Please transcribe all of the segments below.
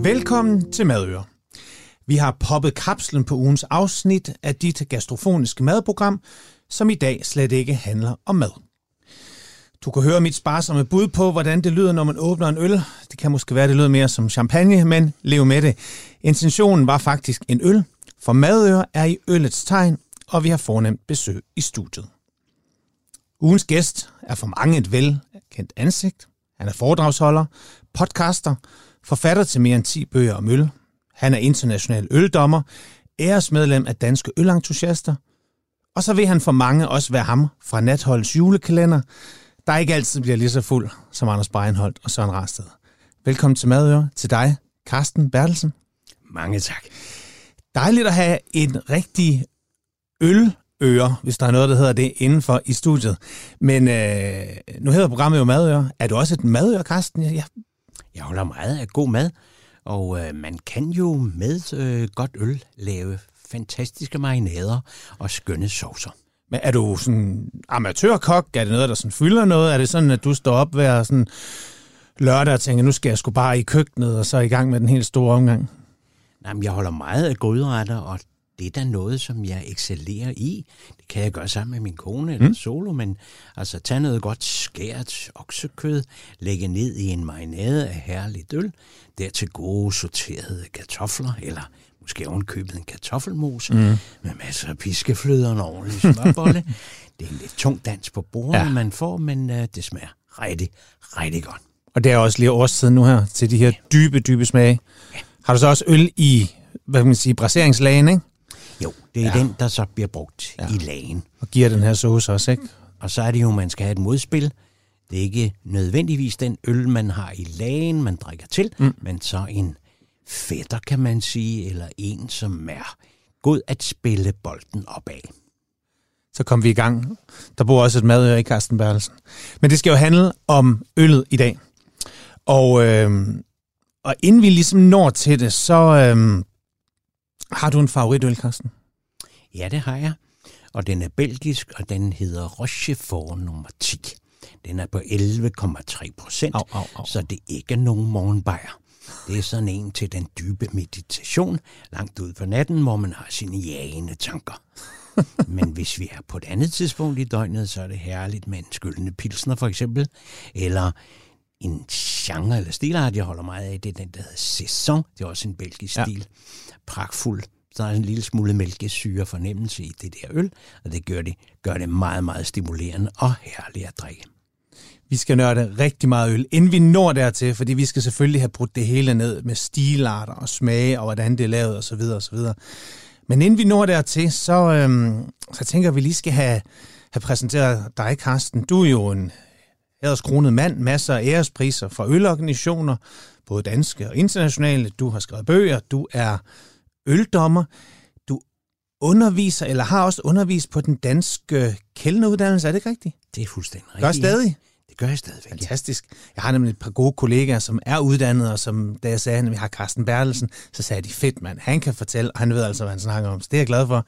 Velkommen til Madøre. Vi har poppet kapslen på ugens afsnit af dit gastrofoniske madprogram, som i dag slet ikke handler om mad. Du kan høre mit sparsomme bud på, hvordan det lyder, når man åbner en øl. Det kan måske være, det lyder mere som champagne, men lev med det. Intentionen var faktisk en øl, for Madøre er i øllets tegn, og vi har fornemt besøg i studiet. Ugens gæst er for mange et velkendt ansigt. Han er foredragsholder, podcaster, forfatter til mere end 10 bøger om øl. Han er international øldommer, æresmedlem af Danske Ølentusiaster. Og så vil han for mange også være ham fra Natholdets julekalender, der ikke altid bliver lige så fuld som Anders Breinholt og Søren Rasted. Velkommen til Madøre til dig, Carsten Bertelsen. Mange tak. Dejligt at have en rigtig øløre, hvis der er noget, der hedder det, indenfor i studiet. Men nu hedder programmet jo Madøre. Er du også et madøre, Carsten? Ja. Jeg holder meget af god mad, og man kan jo med godt øl lave fantastiske marinader og skønne saucer. Men er du sådan amatørkok? Er det noget, der sådan fylder noget? Er det sådan, at du står op hver sådan lørdag og tænker, nu skal jeg sgu bare i køkkenet, og så i gang med den helt store omgang? Nej, men jeg holder meget af gryderetter, og det er da noget, som jeg excellerer i. Det kan jeg gøre sammen med min kone eller solo, men altså tage noget godt skært oksekød, lægge ned i en marinade af herligt øl, dertil gode sorterede kartofler, eller måske ovenkøbet en kartoffelmos, med masser af piskefløde og en ordentlig smørbolle. Det er en lidt tung dans på bordene, man får, men det smager rigtig, rigtig godt. Og det er også lige årstiden nu her, til de her dybe smage. Ja. Har du så også øl i, hvad kan man sige, braseringslagen, ikke? Jo, det er den, der så bliver brugt i lagen. Og giver den her sauce også, ikke? Og så er det jo, man skal have et modspil. Det er ikke nødvendigvis den øl, man har i lagen, man drikker til, men så en fætter, kan man sige, eller en, som er god at spille bolden op af. Så kom vi i gang. Der bor også et madøre i Carsten Bertelsen. Men det skal jo handle om øllet i dag. Og inden vi ligesom når til det, så har du en favoritøl, Carsten? Ja, det har jeg. Og den er belgisk, og den hedder Rochefort nummer 10. Den er på 11,3%, så det er ikke nogen morgenbajer. Det er sådan en til den dybe meditation, langt ud på natten, hvor man har sine jagende tanker. Men hvis vi er på et andet tidspunkt i døgnet, så er det herligt med en skyldende pilsner for eksempel, eller en genre eller stilart, jeg holder meget af, det er den, der hedder Saison. Det er også en belgisk stil. Pragtfuld. Der er en lille smule mælkesyre fornemmelse i det der øl, og det gør det meget, meget stimulerende og herligt at drikke. Vi skal nørde rigtig meget øl, inden vi når dertil, fordi vi skal selvfølgelig have brudt det hele ned med stilarter og smage, og hvordan det er lavet osv. osv. Men inden vi når dertil, så tænker vi lige skal have præsenteret dig, Carsten. Du er jo en æderskronet mand, masser af ærespriser fra ølorganisationer, både danske og internationale. Du har skrevet bøger, du er øldommer, du underviser, eller har også undervist på den danske kælderuddannelse, er det ikke rigtigt? Det er fuldstændig rigtigt. Gør stadig? Det gør jeg stadigvæk. Fantastisk. Jeg har nemlig et par gode kollegaer, som er uddannede, og som, da jeg sagde, at vi har Carsten Bertelsen, så sagde de, fedt mand, han kan fortælle, og han ved altså, hvad han snakker om, så det er jeg glad for.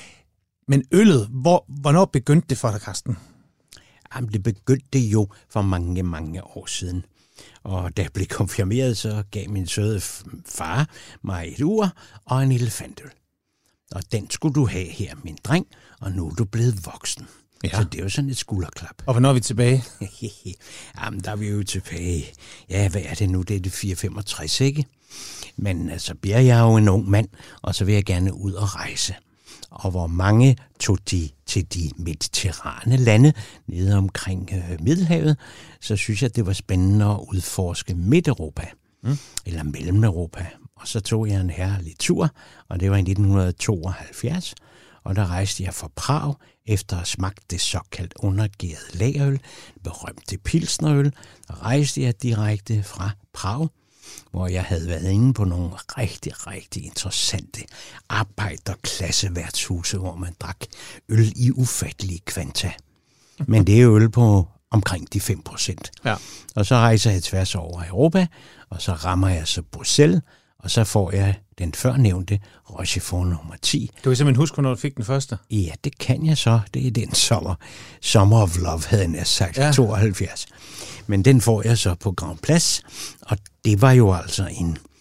Men øllet, hvornår begyndte det for dig, Carsten? Jamen, det begyndte jo for mange, mange år siden. Og da jeg blev konfirmeret, så gav min søde far mig et ur og en elefantøl. Og den skulle du have her, min dreng, og nu er du blevet voksen. Ja. Så det er jo sådan et skulderklap. Og hvornår er vi tilbage? Jamen, der er vi jo tilbage. Ja, hvad er det nu? Det er det 465, ikke? Men altså, bliver jeg jo en ung mand, og så vil jeg gerne ud og rejse. Og hvor mange tog de til de mediterrane lande nede omkring Middelhavet, så synes jeg, det var spændende at udforske Midt-Europa, eller Mellem-Europa. Og så tog jeg en herlig tur, og det var i 1972, og der rejste jeg fra Prag efter at have smagt det såkaldt undergærede lagerøl, berømte pilsnerøl, og rejste jeg direkte fra Prag, hvor jeg havde været inde på nogle rigtig, rigtig interessante arbejderklasseværtshuse, hvor man drak øl i ufattelige kvanta. Men det er jo øl på omkring de 5%. Ja. Og så rejser jeg tværs over Europa, og så rammer jeg så Bruxelles, og så får jeg den førnævnte Rochefort nummer 10. Du kan simpelthen huske, hvornår du fik den første? Ja, det kan jeg så. Det er den Summer of Love, havde jeg sagt, 72. Men den får jeg så på Grand Place, og det var jo altså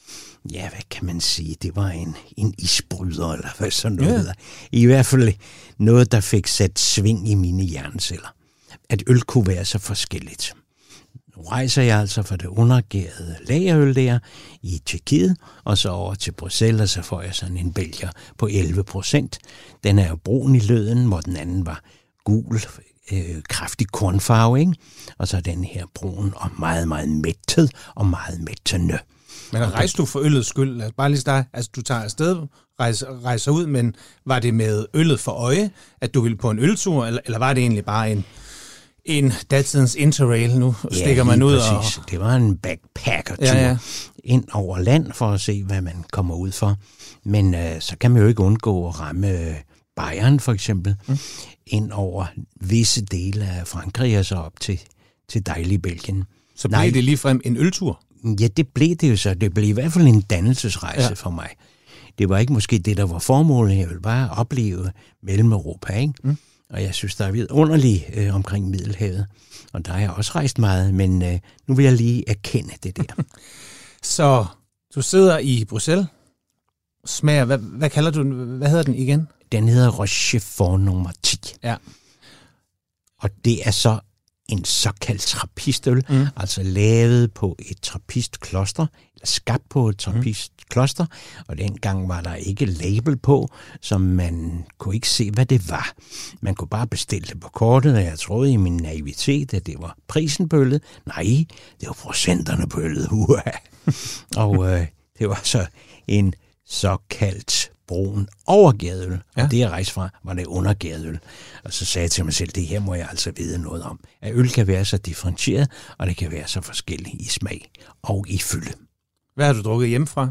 Ja, hvad kan man sige? Det var en isbryder, eller hvad sådan noget hedder. I hvert fald noget, der fik sat sving i mine hjerneceller. At øl kunne være så forskelligt. Nu rejser jeg altså fra det undergærede lagerøl der i Tjekkiet, og så over til Bruxelles, og så får jeg sådan en belgier på 11%. Den er jo brun i løden, hvor den anden var gul, kraftig kornfarve, ikke? Og så er den her brun og meget, meget mættet og meget mættende. Men rejste du for øllets skyld? Bare lige dig. Altså, du tager afsted, rejser ud, men var det med øllet for øje, at du ville på en øltur, eller var det egentlig bare en datidens interrail? Nu stikker man ud præcis. Det var en backpackertur ind over land for at se, hvad man kommer ud for. Men så kan man jo ikke undgå at ramme Bayern for eksempel, ind over visse dele af Frankrig og så op til dejlige Belgien. Så blev det ligefrem en øltur? Ja, det blev det jo så. Det blev i hvert fald en dannelsesrejse for mig. Det var ikke måske det, der var formålet. Jeg ville bare opleve Mellem-Europa, ikke? Og jeg synes, der er vidunderligt omkring Middelhavet. Og der har jeg også rejst meget, men nu vil jeg lige erkende det der. Så du sidder i Bruxelles, smager, hvad kalder du den? Hvad hedder den igen? Den hedder Rochefort nummer 10. Ja. Og det er så en såkaldt trappistøl, altså lavet på et trappistkloster, eller skabt på et trappistkloster, og dengang var der ikke label på, så man kunne ikke se, hvad det var. Man kunne bare bestille det på kortet, og jeg troede i min naivitet, at det var prisen på øllet. Nej, det var procenterne på øllet. Og det var så en såkaldt brun overgærøl, og det jeg rejste fra, var det undergærøl. Og så sagde jeg til mig selv, det her må jeg altså vide noget om. At øl kan være så differentieret, og det kan være så forskelligt i smag og i fylde. Hvad har du drukket hjemmefra?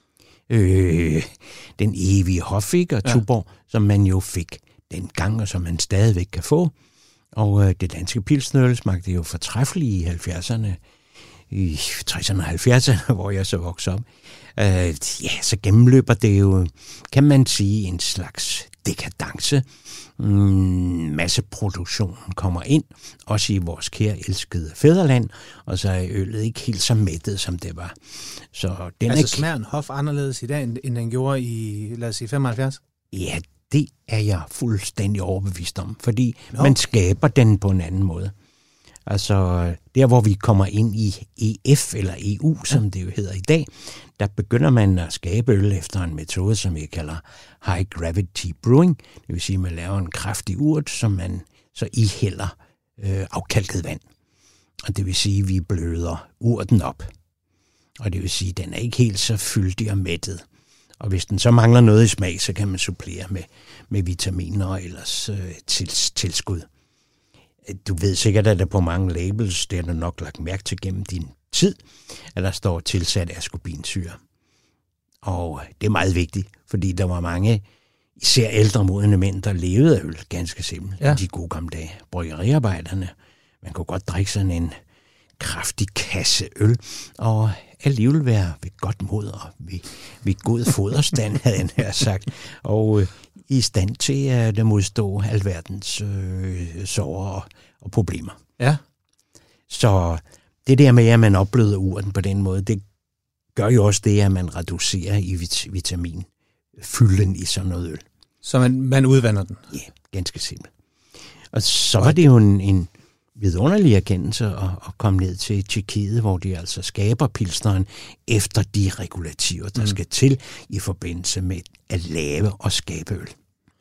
Den evige Hofvik og Tuborg, som man jo fik dengang, og som man stadigvæk kan få. Og det danske pilsnerøl smagte jo fortræffeligt i 70'erne, i 60'erne og 70'erne, hvor jeg så voksede op. Så gennemløber det jo, kan man sige, en slags dekadence. Masseproduktionen kommer ind, også i vores kære elskede fædreland, og så er øllet ikke helt så mættet, som det var. Så den altså smager en Hof anderledes i dag, end den gjorde i, lad os sige, 75? Ja, det er jeg fuldstændig overbevist om, fordi man skaber den på en anden måde. Altså, der hvor vi kommer ind i EF eller EU, som det jo hedder i dag, der begynder man at skabe øl efter en metode, som vi kalder high gravity brewing. Det vil sige, at man laver en kraftig urt, som man så ihælder afkalket vand. Og det vil sige, at vi bløder urten op. Og det vil sige, at den er ikke helt så fyldig og mættet. Og hvis den så mangler noget i smag, så kan man supplere med vitaminer og ellers tilskud. Du ved sikkert, at der på mange labels, det har du nok lagt mærke til gennem din tid, at der står tilsat ascorbinsyre. Og det er meget vigtigt, fordi der var mange, især ældre modne mænd, der levede af øl, ganske simpelt, i de gode gamle dage. Bryggeriarbejderne, man kunne godt drikke sådan en kraftig kasse øl, og alligevel være ved godt mod og ved god foderstand, havde jeg sagt. Og i stand til at modstå alverdens sorger og problemer. Ja. Så det der med, at man opbløder urten på den måde, det gør jo også det, at man reducerer i vitaminfylden i sådan noget øl. Så man udvander den? Ja, ganske simpelt. Og så var det jo en vidunderlig erkendelse at komme ned til Tjekkiet, hvor de altså skaber pilsneren efter de regulativer, der skal til i forbindelse med at lave og skabe øl.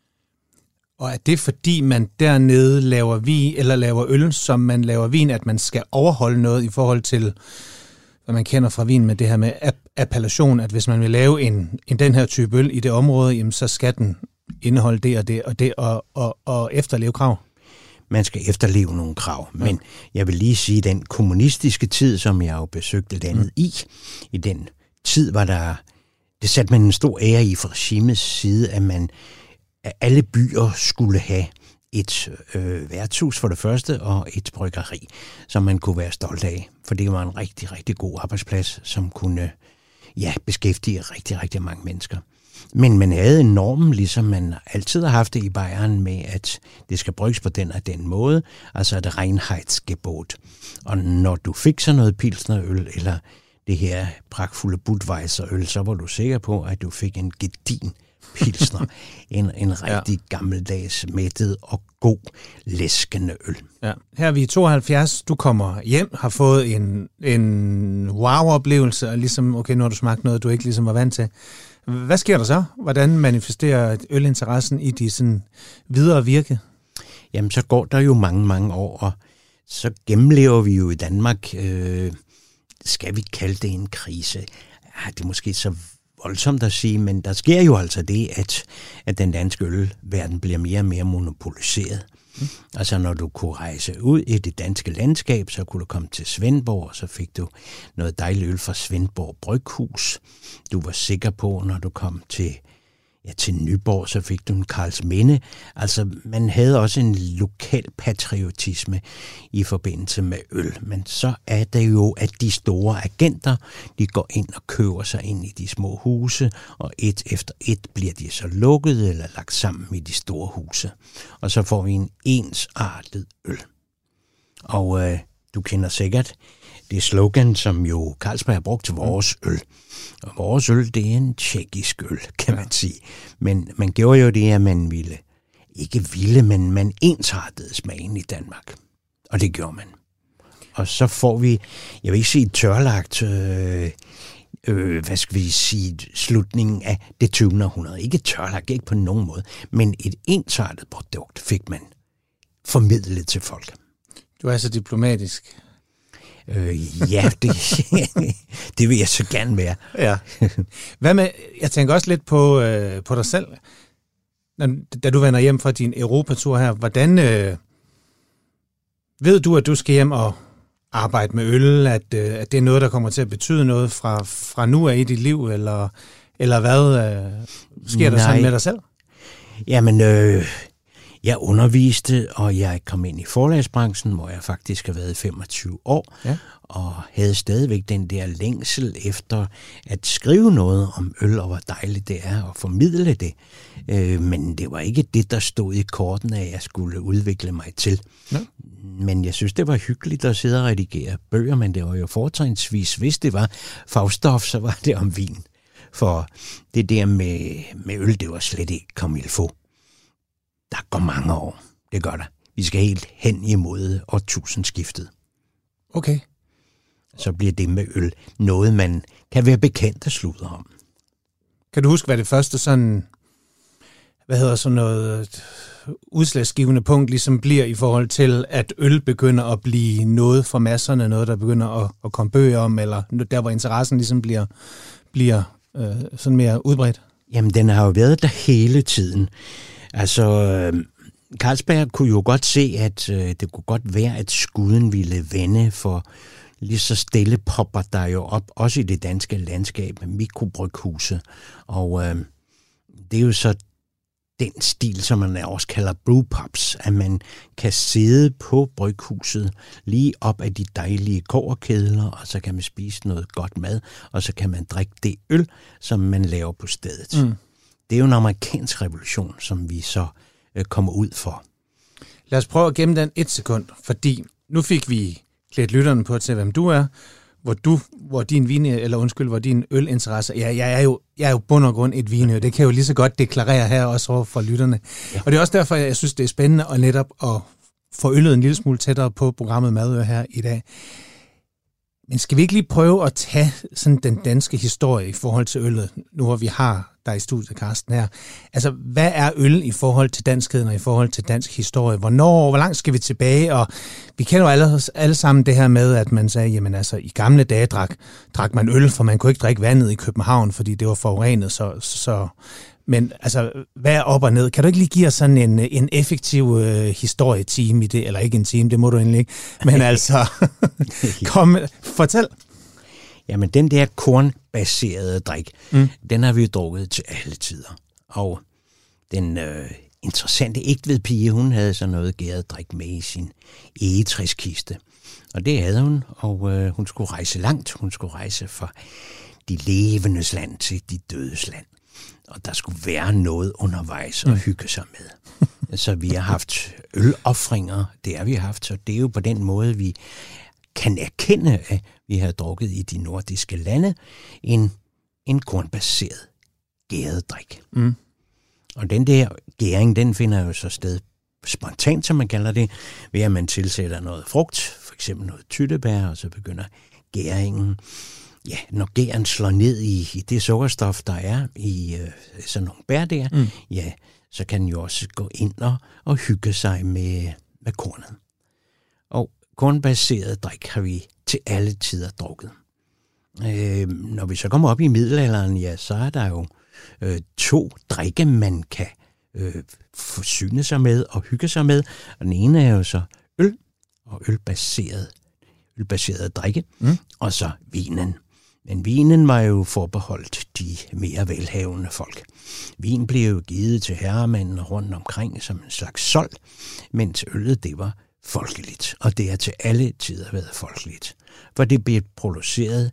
Og er det fordi, man dernede laver vin, eller laver øl, som man laver vin, at man skal overholde noget i forhold til, hvad man kender fra vin med det her med appellation, at hvis man vil lave en den her type øl i det område, jamen, så skal den indeholde det og det og det og efterleve krav? Man skal efterleve nogle krav, men jeg vil lige sige, den kommunistiske tid, som jeg jo besøgte landet i den tid var det satte man en stor ære i fra regimets side, at alle byer skulle have et værtshus for det første, og et bryggeri, som man kunne være stolt af. For det var en rigtig, rigtig god arbejdsplads, som kunne beskæftige rigtig, rigtig mange mennesker. Men man havde en norm, ligesom man altid har haft det i Bayern, med at det skal brygges på den og den måde, altså et Reinheitsgebot. Og når du fik så noget pilsnerøl, eller det her pragtfulde Budweiser-øl, så var du sikker på, at du fik en gedigen pilsner. en rigtig gammeldags, mættet og god, læskende øl. Ja. Her er vi i 72. Du kommer hjem, har fået en wow-oplevelse, og ligesom, okay, nu har du smagt noget, du ikke ligesom var vant til. Hvad sker der så? Hvordan manifesterer ølinteressen i de sådan videre virke? Jamen, så går der jo mange, mange år, og så gennemlever vi jo i Danmark, skal vi kalde det en krise? Ja, det er måske så voldsomt at sige, men der sker jo altså det, at den danske ølverden bliver mere og mere monopoliseret. Altså når du kunne rejse ud i det danske landskab, så kunne du komme til Svendborg, og så fik du noget dejligt øl fra Svendborg Bryghus. Du var sikker på, når du kom til Nyborg, så fik du en Karlsminde. Altså, man havde også en lokal patriotisme i forbindelse med øl. Men så er det jo, at de store agenter, de går ind og køber sig ind i de små huse, og et efter et bliver de så lukket eller lagt sammen i de store huse. Og så får vi en ensartet øl. Og du kender sikkert det slogan, som jo Carlsberg har brugt til vores øl. Og vores øl, det er en tjekkisk øl, kan man sige. Men man gjorde jo det, at man men man ensartede smagen i Danmark. Og det gjorde man. Og så får vi, jeg vil ikke sige tørlagt, slutningen af det 20. århundrede. Ikke tørlagt, ikke på nogen måde, men et ensartet produkt fik man formidlet til folk. Du er så diplomatisk. Ja, det vil jeg så gerne være. Ja. Hvad med, jeg tænker også lidt på dig selv, da du vender hjem fra din Europatur her. Hvordan ved du, at du skal hjem og arbejde med øl, at det er noget, der kommer til at betyde noget fra nu af i dit liv, eller hvad sker der sådan med dig selv? Jamen, jeg underviste, og jeg kom ind i forlagsbranchen, hvor jeg faktisk har været 25 år, og havde stadigvæk den der længsel efter at skrive noget om øl, og hvor dejligt det er at formidle det. Men det var ikke det, der stod i korten, at jeg skulle udvikle mig til. Ja. Men jeg synes, det var hyggeligt at sidde og redigere bøger, men det var jo fortrinsvis, hvis det var fagstof, så var det om vin. For det der med øl, det var slet ikke comme il faut. Der går mange år. Det gør der. Vi skal helt hen imod årtusindskiftet. Okay. Så bliver det med øl noget, man kan være bekendt at slutte om. Kan du huske, hvad det første sådan, noget udslagsgivende punkt ligesom bliver i forhold til, at øl begynder at blive noget for masserne, noget, der begynder at komme bøger om, eller der, hvor interessen ligesom bliver sådan mere udbredt? Jamen, den har jo været der hele tiden. Altså, Carlsberg kunne jo godt se, at det kunne godt være, at skuden ville vende, for lige så stille popper der jo op, også i det danske landskab, mikrobryghuse. Og det er jo så den stil, som man også kalder brewpubs, at man kan sidde på bryghuset lige op af de dejlige kobberkedler, og så kan man spise noget godt mad, og så kan man drikke det øl, som man laver på stedet. Mm. Det er jo en amerikansk revolution, som vi så kommer ud for. Lad os prøve at gemme den et sekund, fordi nu fik vi klædt lytterne på til, hvem du er, hvor din ølinteresse. Ja, jeg er jo bund og grund et vinø. Det kan jeg jo lige så godt deklarere her også over for lytterne. Ja. Og det er også derfor, jeg synes, det er spændende at netop at få øllet en lille smule tættere på programmet Madør her i dag. Men skal vi ikke lige prøve at tage sådan den danske historie i forhold til øllet, nu hvor vi har der i studiet, Carsten, her. Altså, hvad er øl i forhold til danskheden og i forhold til dansk historie? Hvor langt skal vi tilbage? Og vi kender jo alle sammen det her med, at man sagde, jamen altså, i gamle dage drak man øl, for man kunne ikke drikke vandet i København, fordi det var forurenet. Så men altså, hvad er op og ned? Kan du ikke lige give os sådan en effektiv historietime i det? Eller ikke en time, det må du egentlig ikke. Men altså, fortæl. Jamen, den der kornbaserede drik, den har vi jo drukket til alle tider. Og den interessante Egtved-pige, hun havde så noget gæret drik med i sin egetræskiste. Og det havde hun, og hun skulle rejse langt. Hun skulle rejse fra de levendes land til de dødes land. Og der skulle være noget undervejs at hygge sig med. Så vi har haft øloffringer, det har vi haft, så det er jo på den måde, vi kan erkende, at vi har drukket i de nordiske lande, en kornbaseret gæret drik. Mm. Og den der gæring, den finder jo så sted spontant, som man kalder det, ved at man tilsætter noget frugt, for eksempel noget tyttebær, og så begynder gæringen. Ja, når gæren slår ned i det sukkerstof, der er i sådan nogle bær der, ja, så kan den jo også gå ind og hygge sig med kornet. Og kornbaseret drik har vi til alle tider drukket. Når vi så kommer op i middelalderen, ja, så er der jo 2 drikke, man kan forsyne sig med og hygge sig med. Og den ene er jo så øl og ølbaseret drikke, og så vinen. Men vinen var jo forbeholdt de mere velhavende folk. Vin blev jo givet til herremanden rundt omkring som en slags sold, mens øllet det var folkeligt, og det har til alle tider været folkeligt. For det blev produceret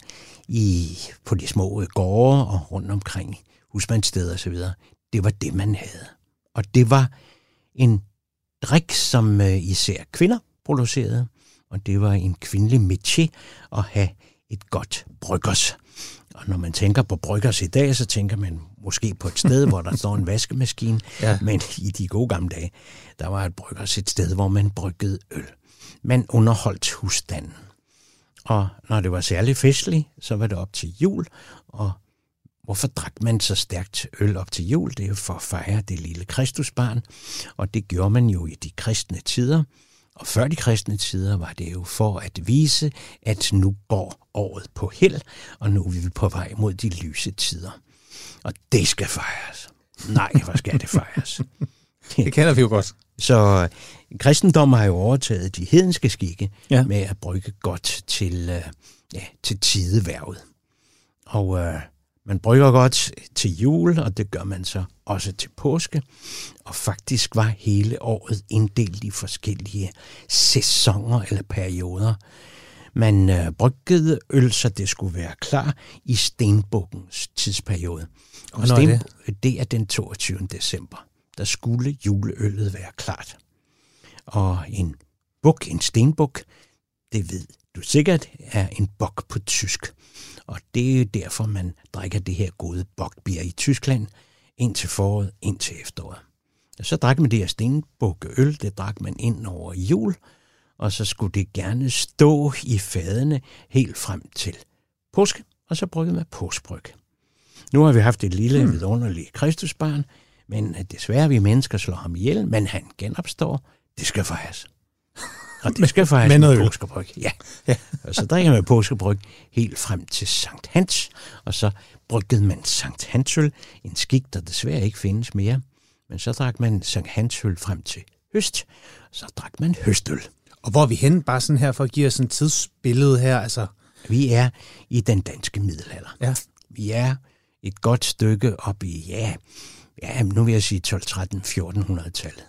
på de små gårde og rundt omkring husmandssteder osv. Det var det, man havde. Og det var en drik, som især kvinder producerede, og det var en kvindelig métier at have et godt bryggers. Og når man tænker på bryggers i dag, så tænker man måske på et sted, hvor der står en vaskemaskine, ja. Men i de gode gamle dage, der var et bryggers et sted, hvor man bryggede øl. Man underholdt husstanden. Og når det var særlig festligt, så var det op til jul. Og hvorfor drak man så stærkt øl op til jul? Det er jo for at fejre det lille Kristusbarn. Og det gjorde man jo i de kristne tider. Og før de kristne tider var det jo for at vise, at nu går året på held, og nu er vi på vej mod de lyse tider. Og det skal fejres. Nej, hvor skal det fejres? Det kender vi jo godt. Så kristendommen har jo overtaget de hedenske skikke med at brygge godt til tideværvet. Og man brygger godt til jul, og det gør man så også til påske. Og faktisk var hele året inddelt i forskellige sæsoner eller perioder. Man bryggede øl, så det skulle være klar i stenbukkens tidsperiode. Og det er den 22. december. Der skulle juleøllet være klart. Og en stenbuk, det ved du sikkert, er en bock på tysk. Og det er derfor, man drikker det her gode bockbier i Tyskland, indtil foråret, indtil efteråret. Og så drak man det her stenbukkeøl, det drak man ind over jul, og så skulle det gerne stå i fadene helt frem til påske, og så bryggede man påskebryg. Nu har vi haft et lille vidunderligt Kristusbarn, men desværre vi mennesker slår ham ihjel, men han genopstår. Det skal fejres. Og det skal fejres med påskebryg. Ja. Og så drikker man påskebryg helt frem til Sankt Hans, og så bryggede man Sankt Hansøl, en skik, der desværre ikke findes mere. Men så drak man Sankt Hansøl frem til høst, og så drak man høstøl. Og hvor er vi henne, bare sådan her, for at give os en tidsbillede her? Altså. Vi er i den danske middelalder. Ja. Vi er et godt stykke op i, nu vil jeg sige 1200-1400-tallet.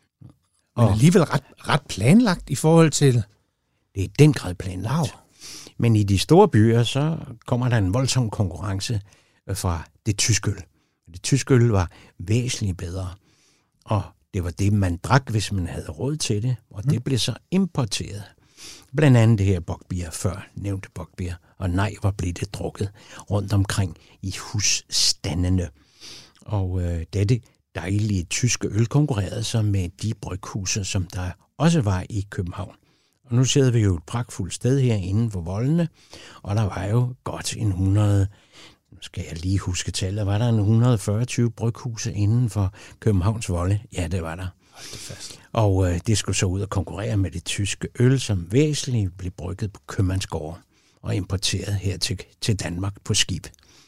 Men alligevel ret planlagt i forhold til. Det er den grad planlagt. Wow. Men i de store byer, så kommer der en voldsom konkurrence fra det tyske øl. Det tyske øl var væsentligt bedre, og det var det, man drak, hvis man havde råd til det, og det blev så importeret. Blandt andet det her bockbier, før nævnte bockbier, og nej, hvor blev det drukket rundt omkring i husstandene. Og dette dejlige tyske øl konkurrerede så med de bryghuse, som der også var i København. Og nu sidder vi jo et pragtfuldt sted her inden for voldene, og der var jo godt en 100, nu skal jeg lige huske tallet, var der en 140 bryghuse inden for Københavns volde? Ja, det var der. Hold det fast. Og det skulle så ud og konkurrere med det tyske øl, som væsentligt blev brygget på købmandsgårde og importeret her til Danmark på skib.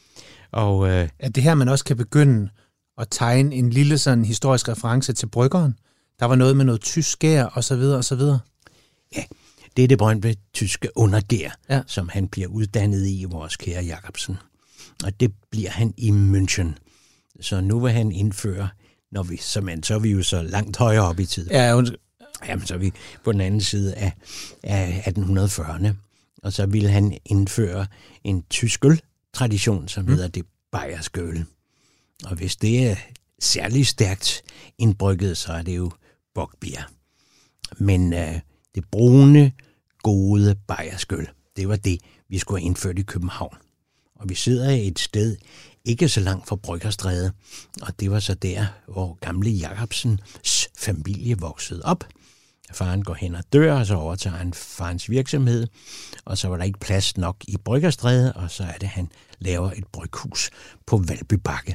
Og er det her, man også kan begynde at tegne en lille sådan historisk reference til bryggeren? Der var noget med noget tysk gær og så videre og så videre. Ja, det er det berømte tyske undergær, som han bliver uddannet i, vores kære Jacobsen. Og det bliver han i München. Så nu vil han indføre, så er vi jo så langt højere op i tiden. Jamen, så er vi på den anden side af 1840'erne. Og så vil han indføre en tysk øl-tradition, som hedder det bayerske øl. Og hvis det er særlig stærkt indbrygget, så er det jo bockbier. Men det brune, gode bajerskøl. Det var det, vi skulle have indført i København. Og vi sidder et sted ikke så langt fra Bryggerstræde, og det var så der, hvor gamle Jacobsens familie voksede op. Faren går hen og dør, og så overtager han farens virksomhed, og så var der ikke plads nok i Bryggerstræde, og så er det, han laver et bryghus på Valby Bakke.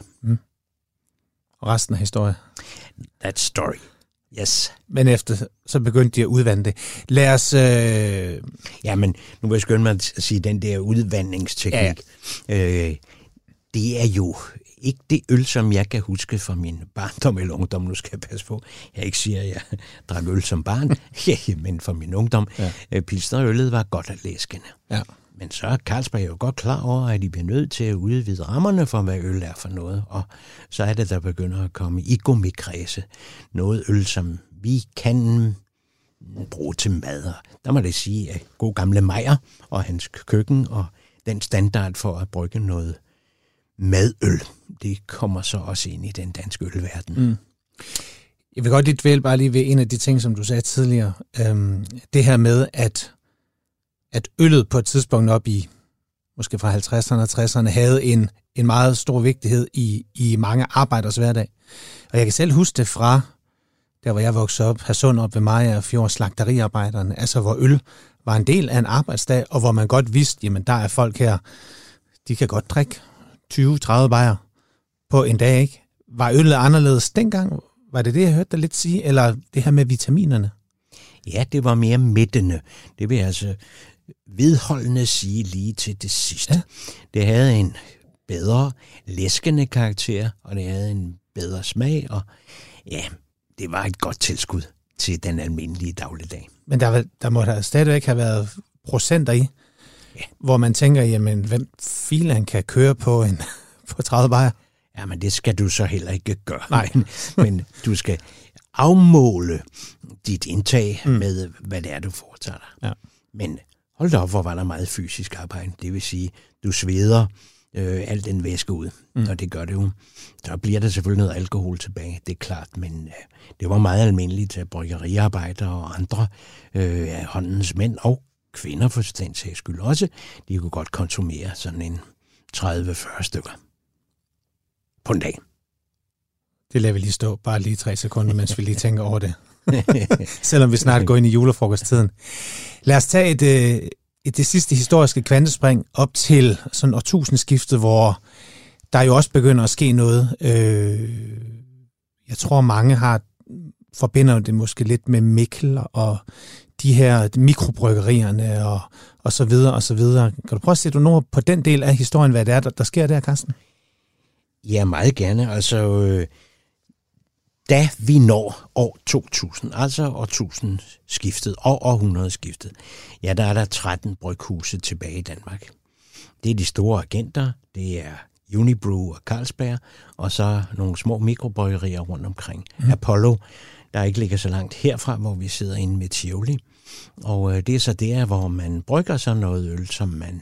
Og resten af historien? That story. Yes. Men efter, så begyndte de at udvande det. Lad os... Ja, men nu vil jeg skynde mig at sige, den der udvandringsteknik, det er jo ikke det øl, som jeg kan huske fra min barndom eller ungdom. Nu skal jeg passe på. Jeg ikke siger, at jeg drak øl som barn, men fra min ungdom. Ja. Pilsnerøllet var godt at læskende. Ja. Men så er Carlsberg jo godt klar over, at de bliver nødt til at udvide rammerne for, hvad øl er for noget. Og så er det, der begynder at komme i gourmetkredse. Noget øl, som vi kan bruge til mad. Og der må det sige, at god gamle Meyer og hans køkken og den standard for at brygge noget madøl, det kommer så også ind i den danske ølverden. Jeg vil godt lige dvæle bare lige ved en af de ting, som du sagde tidligere. Det her med, at øllet på et tidspunkt op i, måske fra 50'erne og 60'erne, havde en meget stor vigtighed i mange arbejders hverdag. Og jeg kan selv huske det fra, der hvor jeg voksede op, Hadsund op ved Maja og Fjord, slagteriarbejderne, altså hvor øl var en del af en arbejdsdag, og hvor man godt vidste, jamen der er folk her, de kan godt drikke 20-30 bajer på en dag, ikke? Var øllet anderledes dengang? Var det, jeg hørte dig lidt sige? Eller det her med vitaminerne? Ja, det var mere mættende. Det vil jeg altså vedholdende sige lige til det sidste. Ja. Det havde en bedre læskende karakter, og det havde en bedre smag, og ja, det var et godt tilskud til den almindelige dagligdag. Men der må der stadigvæk have været procenter i, hvor man tænker, jamen, hvem filen kan køre på 30 bajer? Ja, men det skal du så heller ikke gøre. Nej. Men du skal afmåle dit indtag med, hvad det er, du foretager dig. Ja. Men hold da op, hvor var der meget fysisk arbejde. Det vil sige, du sveder al den væske ud, og det gør det jo. Så bliver der selvfølgelig noget alkohol tilbage, det er klart, men det var meget almindeligt, at bryggeriarbejdere og andre håndens mænd og kvinder for den sags skyld også, de kunne godt konsumere sådan en 30-40 stykker på en dag. Det lader vi lige stå, bare lige 3 sekunder, mens vi lige tænker over det. Selvom vi snart går ind i julefrokosttiden. Lad os tage det sidste historiske kvantespring op til sådan årtusindskiftet, hvor der jo også begynder at ske noget. Jeg tror, mange forbinder det måske lidt med Mikkel og de her mikrobryggerierne og så videre og så videre. Kan du prøve at sætte nogle ord på den del af historien, hvad det er, der sker der, Carsten? Ja, meget gerne. Altså, da vi når år 2000, altså årtusindskiftet og århundredeskiftet, ja, der er der 13 bryghuse tilbage i Danmark. Det er de store agenter, det er Unibrew og Carlsberg, og så nogle små mikrobryggerier rundt omkring. Apollo, der ikke ligger så langt herfra, hvor vi sidder inde med Tivoli. Og det er så der, hvor man brygger så noget øl, som man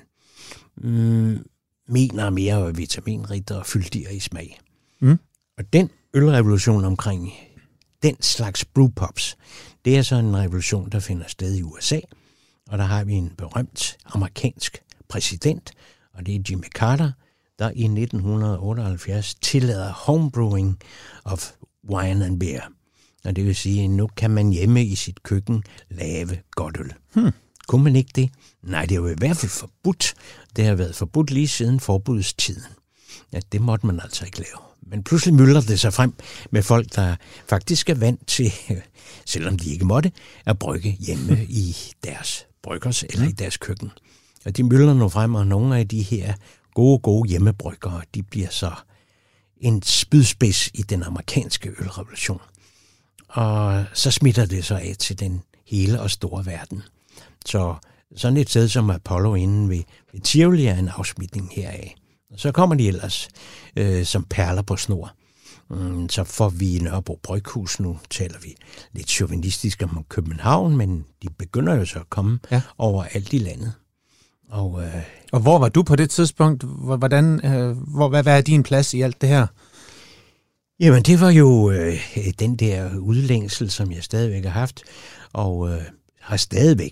mener mere vitaminrigt og fyldigere i smag. Og den ølrevolution omkring den slags brewpubs, det er så en revolution, der finder sted i USA. Og der har vi en berømt amerikansk præsident, og det er Jimmy Carter, der i 1978 tillader homebrewing of wine and beer. Og det vil sige, at nu kan man hjemme i sit køkken lave godt øl. Kunne man ikke det? Nej, det er jo i hvert fald forbudt. Det har været forbudt lige siden forbudstiden. Ja, det måtte man altså ikke lave. Men pludselig mylder det sig frem med folk, der faktisk er vant til, selvom de ikke måtte, at brygge hjemme i deres bryggers eller i deres køkken. Og de mylder nu frem, og nogle af de her gode hjemmebryggere, de bliver så en spydspids i den amerikanske ølrevolution. Og så smitter det så af til den hele og store verden. Så sådan et sted som Apollo inde ved Tivoli er en afsmitning heraf. Og så kommer de ellers som perler på snor. Så får vi Nørrebro Bryghus, nu taler vi lidt chauvinistisk om København, men de begynder jo så at komme over alt i landet. Og hvor var du på det tidspunkt? Hvad er din plads i alt det her? Jamen, det var jo den der udlængsel, som jeg stadigvæk har haft, og har stadigvæk.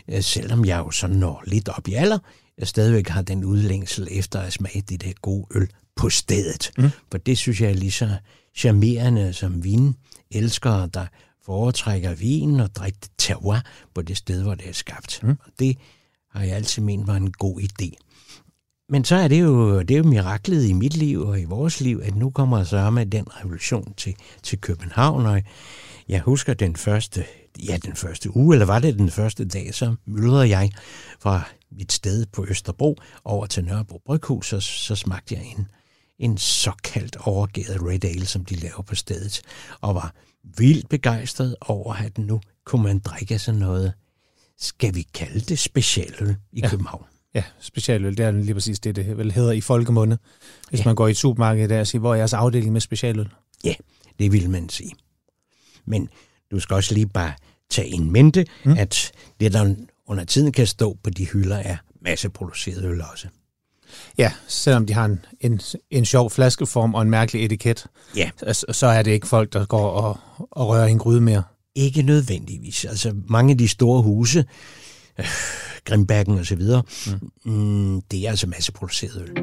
selvom jeg jo så når lidt op i alder, jeg stadigvæk har den udlængsel efter at smage det der gode øl på stedet. For det synes jeg er lige så charmerende som vinelskere, der foretrækker vin og drikker terroir på det sted, hvor det er skabt. Og det har jeg altid ment var en god idé. Men så er det jo miraklet i mit liv og i vores liv, at nu kommer så med den revolution til København. Og jeg husker den første uge, eller var det den første dag, så myldrede jeg fra mit sted på Østerbro over til Nørrebro Bryghus, og så smagte jeg en såkaldt overgæret Red Ale, som de laver på stedet, og var vildt begejstret over, at nu kunne man drikke sådan noget, skal vi kalde det specialøl i København. Ja, specialøl, det er lige præcis det vel hedder i folkemunde, hvis man går i et supermarked der og siger, hvor er jeres afdeling med specialøl? Ja, det vil man sige. Men du skal også lige bare tage en mente, at det, der under tiden kan stå på de hylder, er masseproduceret øl også. Ja, selvom de har en sjov flaskeform og en mærkelig etiket, så er det ikke folk, der går og rører en gryde mere. Ikke nødvendigvis. Altså mange af de store huse, Grimbergen og så videre, det er altså masseproduceret øl.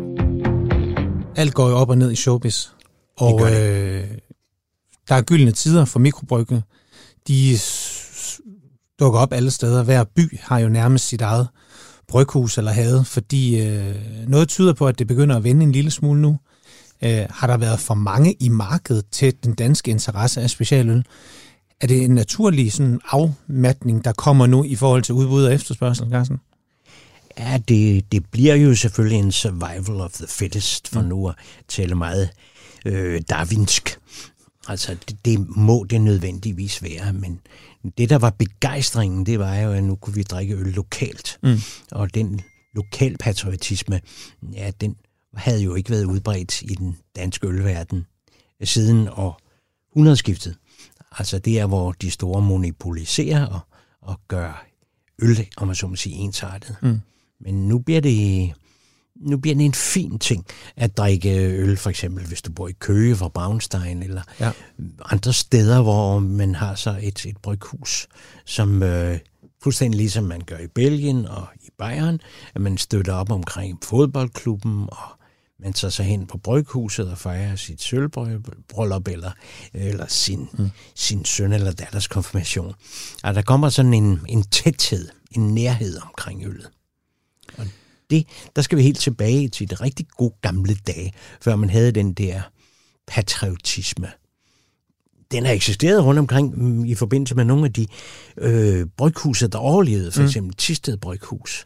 Alt går jo op og ned i showbiz. Og der er gyldne tider for mikrobrygge. De dukker op alle steder. Hver by har jo nærmest sit eget bryghus eller hade, fordi noget tyder på, at det begynder at vende en lille smule nu. Har der været for mange i markedet til den danske interesse af specialøl? Er det en naturlig sådan afmatning, der kommer nu i forhold til udbud og efterspørgsel, Carsten? Ja, det bliver jo selvfølgelig en survival of the fittest, for nu at tale meget darwinsk. Altså, det må det nødvendigvis være, men det, der var begejstringen, det var jo, at nu kunne vi drikke øl lokalt. Og den lokalpatriotisme, ja, den havde jo ikke været udbredt i den danske ølverden siden århundredeskiftet. Altså det er, hvor de store monopoliserer og gør øl, om man så må sige, ensartet. Men nu bliver det en fin ting at drikke øl, for eksempel hvis du bor i Køge fra Braunstein, eller andre steder, hvor man har så et bryghus, som fuldstændig ligesom man gør i Belgien og i Bayern, at man støtter op omkring fodboldklubben, og man tager sig hen på bryghuset og fejrer sit sølvbryllup eller sin søn eller datters konfirmation. Og der kommer sådan en tæthed, en nærhed omkring øllet. Og der skal vi helt tilbage til de rigtig gode gamle dage, før man havde den der patriotisme. Den har eksisteret rundt omkring i forbindelse med nogle af de bryghuser, der overlevede, for eksempel Thisted Bryghus.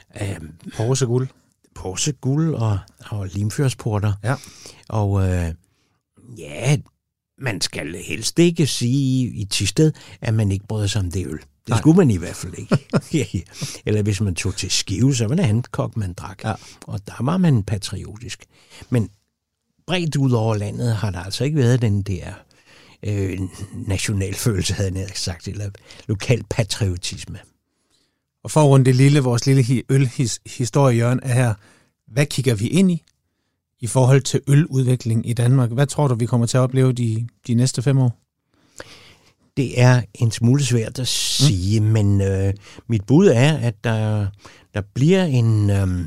Porse Guld og Limfjordsporter. Ja. Og man skal helst ikke sige i Thisted, at man ikke bryder sig om det øl. Det skulle man i hvert fald ikke. Eller hvis man tog til Skive, så var det Hancock, man drak. Ja. Og der var man patriotisk. Men bredt ud over landet har der altså ikke været den der nationalfølelse, havde jeg sagt, eller lokal patriotisme. Og for at runde vores lille ølhistoriehjørne er her, hvad kigger vi ind i forhold til øludvikling i Danmark? Hvad tror du, vi kommer til at opleve de næste 5 år? Det er en smule svært at sige, men mit bud er, at der bliver en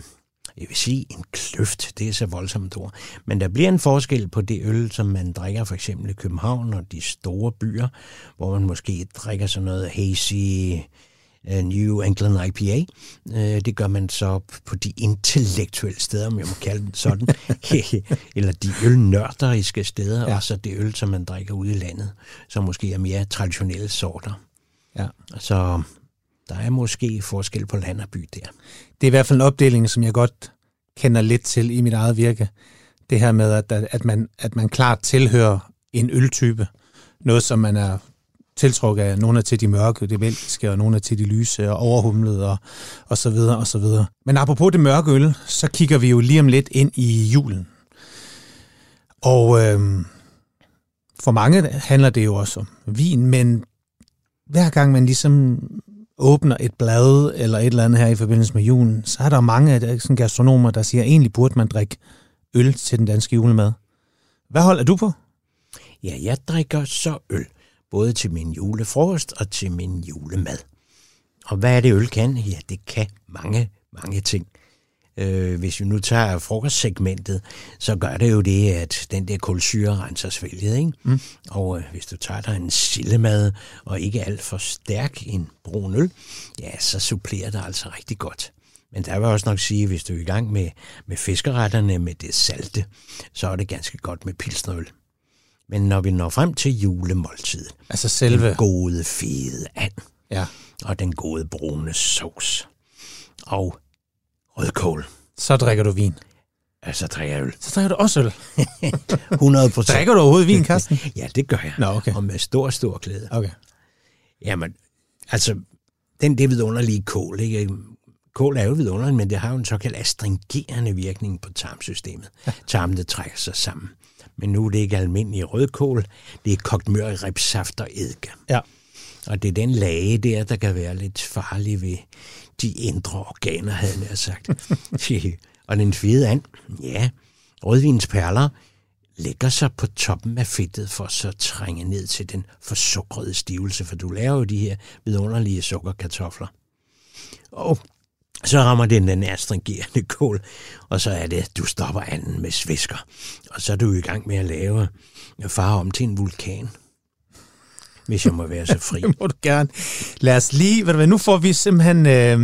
kløft, det er så voldsomt ord, men der bliver en forskel på det øl, som man drikker for eksempel i København og de store byer, hvor man måske drikker sådan noget hazy New England IPA. Det gør man så på de intellektuelle steder, om jeg må kalde den sådan, eller de ølnørderiske steder, og så det øl, som man drikker ude i landet, som måske er mere traditionelle sorter. Ja. Så der er måske forskel på land og by der. Det er i hvert fald en opdeling, som jeg godt kender lidt til i mit eget virke. Det her med, at man klart tilhører en øltype. Noget, som man er tiltrukket af. Nogle er til de mørke, det belgiske, og nogle er til de lyse og overhumlede og så videre og så videre. Men apropos det mørke øl, så kigger vi jo lige om lidt ind i julen. Og for mange handler det jo også om vin, men hver gang man ligesom åbner et blad eller et eller andet her i forbindelse med julen, så er der mange af sådan gastronomer, der siger, at egentlig burde man drikke øl til den danske julemad. Hvad holder du på? Ja, jeg drikker så øl, både til min julefrokost og til min julemad. Og hvad er det, øl kan? Ja, det kan mange ting. Hvis vi nu tager frokostsegmentet, så gør det jo det, at den der kulsyre renser svælget, ikke? Mm. Og hvis du tager dig en sillemad, og ikke alt for stærk en brun øl, ja, så supplerer det altså rigtig godt. Men der vil jeg også nok sige, at hvis du er i gang med fiskeretterne med det salte, så er det ganske godt med pilsnerøl. Men når vi når frem til julemåltidet, altså selve den gode fede and, ja, og den gode brune sovs, og rødkål. Så drikker du vin. Ja, så drikker jeg øl. Så drikker du også øl. 100%. Drikker du overhovedet vin, Carsten? Ja, det gør jeg. Nå, okay. Og med stor glæde. Okay. Jamen, altså, det vidunderlige kål, ikke? Kål er jo vidunderligt, men det har jo en såkaldt astringerende virkning på tarmsystemet. Ja. Tarmen, det trækker sig sammen. Men nu er det ikke almindelig rødkål, det er kogt mør i ribsaft og eddike. Ja. Og det er den lage der kan være lidt farlig ved de indre organer, havde jeg sagt. Og den fede and, ja, rødvinens perler lægger sig på toppen af fedtet for så at trænge ned til den forsukrede stivelse, for du laver jo de her vidunderlige sukkerkartofler. Og så rammer den astringerende kål, og så er det, at du stopper anden med svisker. Og så er du i gang med at lave far om til en vulkan. Hvis jeg må være så fri. Det må du gerne. Lad os lige, nu får vi simpelthen,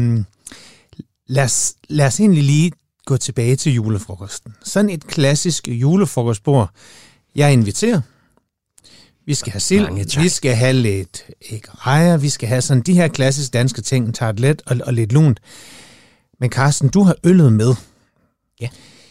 lad os egentlig lige gå tilbage til julefrokosten. Sådan et klassisk julefrokostbord. Jeg inviterer. Vi skal have sild, vi skal have lidt ægrejer, vi skal have sådan de her klassiske danske ting, tartelet og lidt lunt. Men Carsten, du har øllet med. Ja.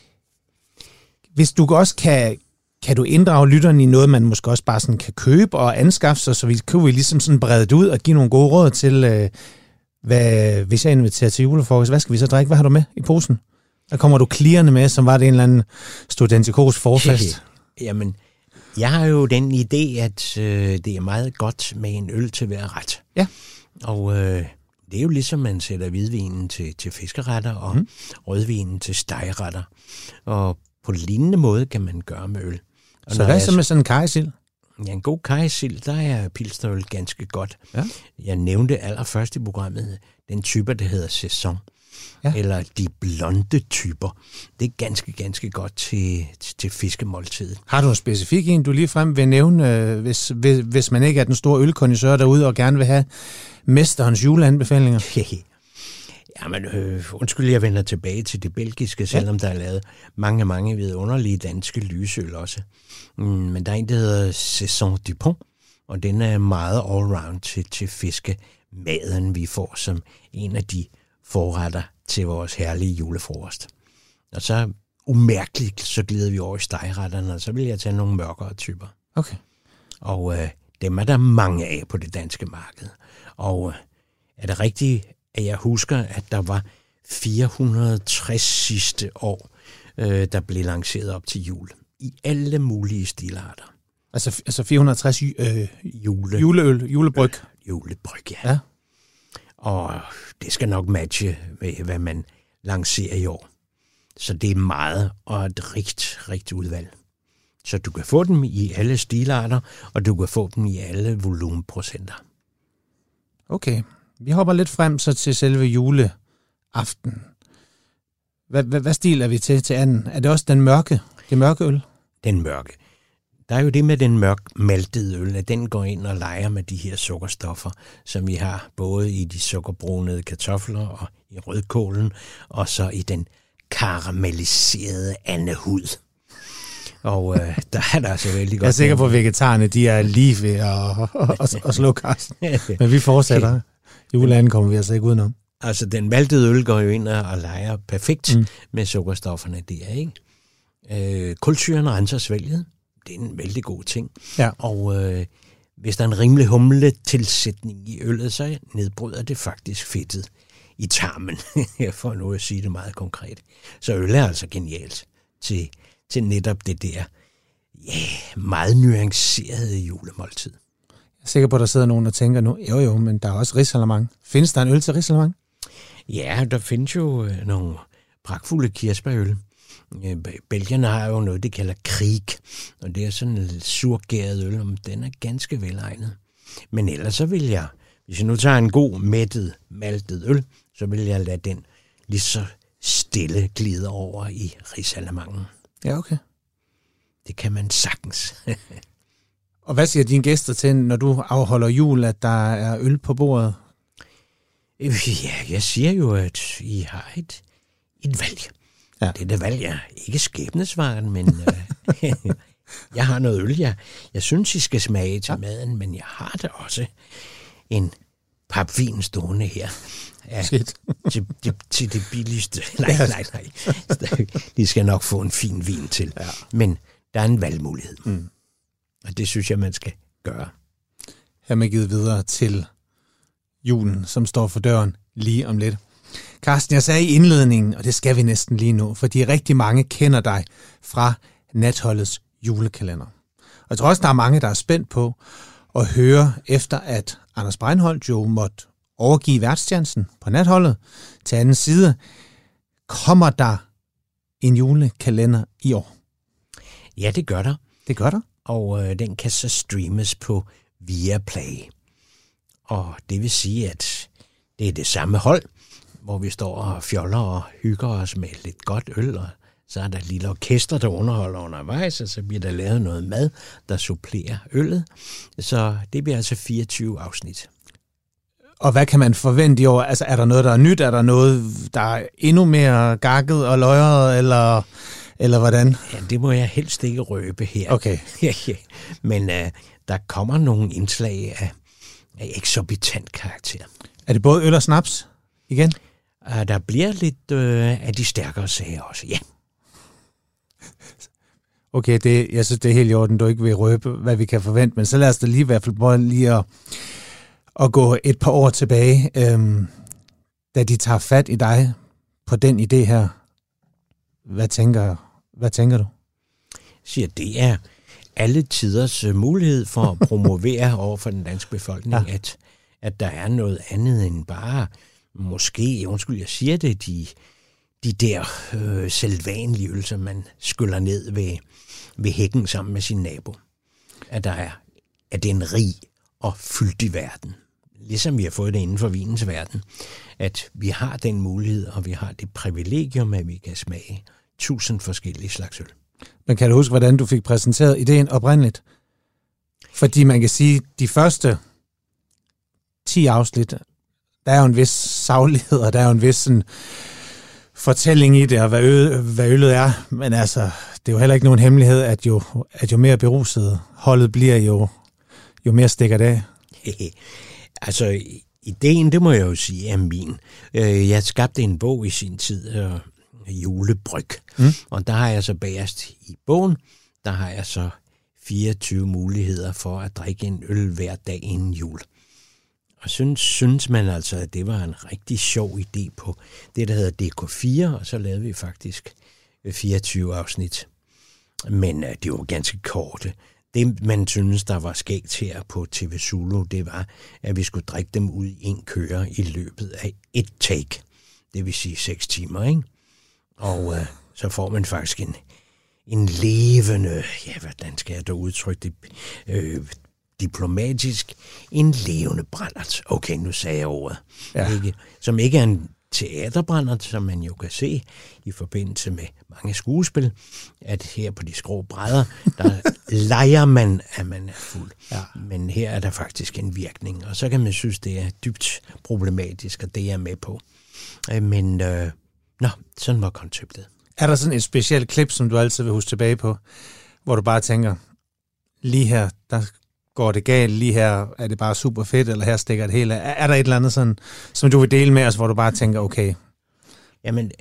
Hvis du også kan du inddrage lytterne i noget, man måske også bare sådan kan købe og anskaffe sig, så vi kan vi ligesom sådan brede det ud og give nogle gode råd til, hvis jeg inviterer til julefrokost, hvad skal vi så drikke? Hvad har du med i posen? Der kommer du klirrende med, som var det en eller anden studentikos forfest. Jamen, jeg har jo den idé, at det er meget godt med en øl til hver ret. Ja. Og det er jo ligesom, man sætter hvidvinen til fiskeretter og rødvinen til stegeretter. Og på lignende måde kan man gøre med øl. Og så hvad så med sådan en kajsild? Ja, en god kajsild, der er pilsnerøl ganske godt. Ja. Jeg nævnte allerførst i programmet den type, der hedder Saison. Ja. Eller de blonde typer. Det er ganske godt til fiskemåltidet. Har du en specifik en, du lige frem vil nævne, hvis man ikke er den store ølkondisør derude og gerne vil have mesterens juleanbefalinger? Jamen, undskyld, jeg vender tilbage til det belgiske, selvom der er lavet mange vidunderlige danske lysøl også. Men der er en, der hedder Saison du Pont, og den er meget allround til fiskemaden, vi får som en af de forretter til vores herlige julefrokost. Og så umærkeligt, så glider vi over i stegeretterne, og så vil jeg tage nogle mørkere typer. Okay. Og dem er der mange af på det danske marked. Og er det rigtigt, at jeg husker, at der var 460 sidste år, der blev lanceret op til jul. I alle mulige stilarter. Altså 460 juleøl, julebryg. Julebryg, ja. Og det skal nok matche med, hvad man lancerer i år. Så det er meget og et rigt udvalg. Så du kan få dem i alle stilarter, og du kan få dem i alle volumenprocenter. Okay, vi hopper lidt frem så til selve juleaften. Hvad stil er vi til anden? Er det også det mørke øl? Den mørke. Der er jo det med den mørk maltede øl, at den går ind og leger med de her sukkerstoffer, som vi har både i de sukkerbrunede kartofler og i rødkålen, og så i den karamelliserede andehud. Og der er der altså vældig godt. Jeg er sikker på, at vegetarerne de er lige ved at slå Carsten. Men vi fortsætter. Juleanden kommer vi altså ikke udenom. Altså, den maltede øl går jo ind og leger perfekt med sukkerstofferne der, ikke? Kulsyren renser svælget. Det er en vældig god ting. Ja. Og hvis der er en rimelig humletilsætning i øllet, så nedbryder det faktisk fedtet i tarmen, for nu at sige det meget konkret. Så øl er altså genialt til netop det der meget nuancerede julemåltid. Jeg er sikker på, at der sidder nogen, der tænker nu, jo, men der er også risalamande. Findes der en øl til risalamande? Ja, der findes jo nogle pragtfulde kirsebærøl. Belgierne har jo noget, de kalder Krieg, og det er sådan en surgæret øl, og den er ganske velegnet. Men ellers så vil jeg, Hvis jeg nu tager en god, mættet, maltet øl, så vil jeg lade den lige så stille glide over i risalamangen. Ja, okay. Det kan man sagtens. Og hvad siger dine gæster til, når du afholder jul, at der er øl på bordet? Ja, jeg siger jo, at I har et valg. Ja. Det er det valg, jeg ikke skæbnesvaren, men jeg har noget øl, jeg synes, I skal smage til maden, men jeg har da også en papvin stående her. Ja, til det billigste. Nej. De skal nok få en fin vin til. Ja. Men der er en valgmulighed. Og det synes jeg, man skal gøre. Her med givet videre til julen, som står for døren lige om lidt. Carsten, jeg sagde i indledningen, og det skal vi næsten lige nu, fordi rigtig mange kender dig fra Natholdets julekalender. Og jeg tror også, der er mange, der er spændt på at høre, efter at Anders Breinholt jo måtte overgive værtstjenesten på Natholdet til anden side. Kommer der en julekalender i år? Ja, det gør der. Det gør der? Og den kan så streames på Viaplay. Og det vil sige, at det er det samme hold, hvor vi står og fjoller og hygger os med lidt godt øl, og så er der et lille orkester, der underholder undervejs, og så bliver der lavet noget mad, der supplerer øllet. Så det bliver altså 24 afsnit. Og hvad kan man forvente i år? Altså, er der noget, der er nyt? Er der noget, der er endnu mere gakket og løjret, eller hvordan? Ja, det må jeg helst ikke røbe her. Okay. Men der kommer nogle indslag af eksorbitant karakter. Er det både øl og snaps igen? Der bliver lidt af de stærkere sager også, ja. Okay, jeg synes, det er helt i orden, du ikke vil røbe, hvad vi kan forvente, men så lad os da lige i hvert fald prøve lige at gå et par år tilbage, da de tager fat i dig på den idé her. Hvad tænker du? Jeg siger, det er alle tiders mulighed for at promovere over for den danske befolkning, ja. At der er noget andet end bare, måske, undskyld, jeg siger det, de der selvvanlige øl, som man skyller ned ved hækken sammen med sin nabo. At det er en rig og fyldig verden. Ligesom vi har fået det inden for vinens verden. At vi har den mulighed, og vi har det privilegium, at vi kan smage 1000 forskellige slags øl. Men kan du huske, hvordan du fik præsenteret ideen oprindeligt? Fordi man kan sige, de første 10 afsnit, der er jo en vis saglighed, og der er jo en vis sådan fortælling i det, og hvad øllet er. Men altså, det er jo heller ikke nogen hemmelighed, at jo mere beruset holdet bliver, jo mere stikker det af. Altså, ideen, det må jeg jo sige, er min. Jeg skabte en bog i sin tid, Julebryg. Og der har jeg så bagerst i bogen, der har jeg så 24 muligheder for at drikke en øl hver dag inden jul. Og synes man altså, at det var en rigtig sjov idé på det, der hedder DK4, og så lavede vi faktisk 24 afsnit. Men det var ganske korte. Det, man synes, der var skægt her på TV Zulu, det var, at vi skulle drikke dem ud i en køre i løbet af et take. Det vil sige 6 timer, ikke? Og så får man faktisk en levende, ja, hvordan skal jeg da udtrykke det diplomatisk, en levende brændert. Okay, nu sagde jeg ordet. Ja. Som ikke er en teaterbrændert, som man jo kan se i forbindelse med mange skuespil, at her på de skrå brædder, der leger man, at man er fuld. Ja. Men her er der faktisk en virkning, og så kan man synes, det er dybt problematisk, og det er jeg med på. Men sådan var konceptet. Er der sådan et specielt klip, som du altid vil huske tilbage på, hvor du bare tænker, lige her, der går det galt, lige her er det bare super fedt, eller her stikker det hele? Er der et eller andet sådan, som du vil dele med os, hvor du bare tænker, okay? Jamen,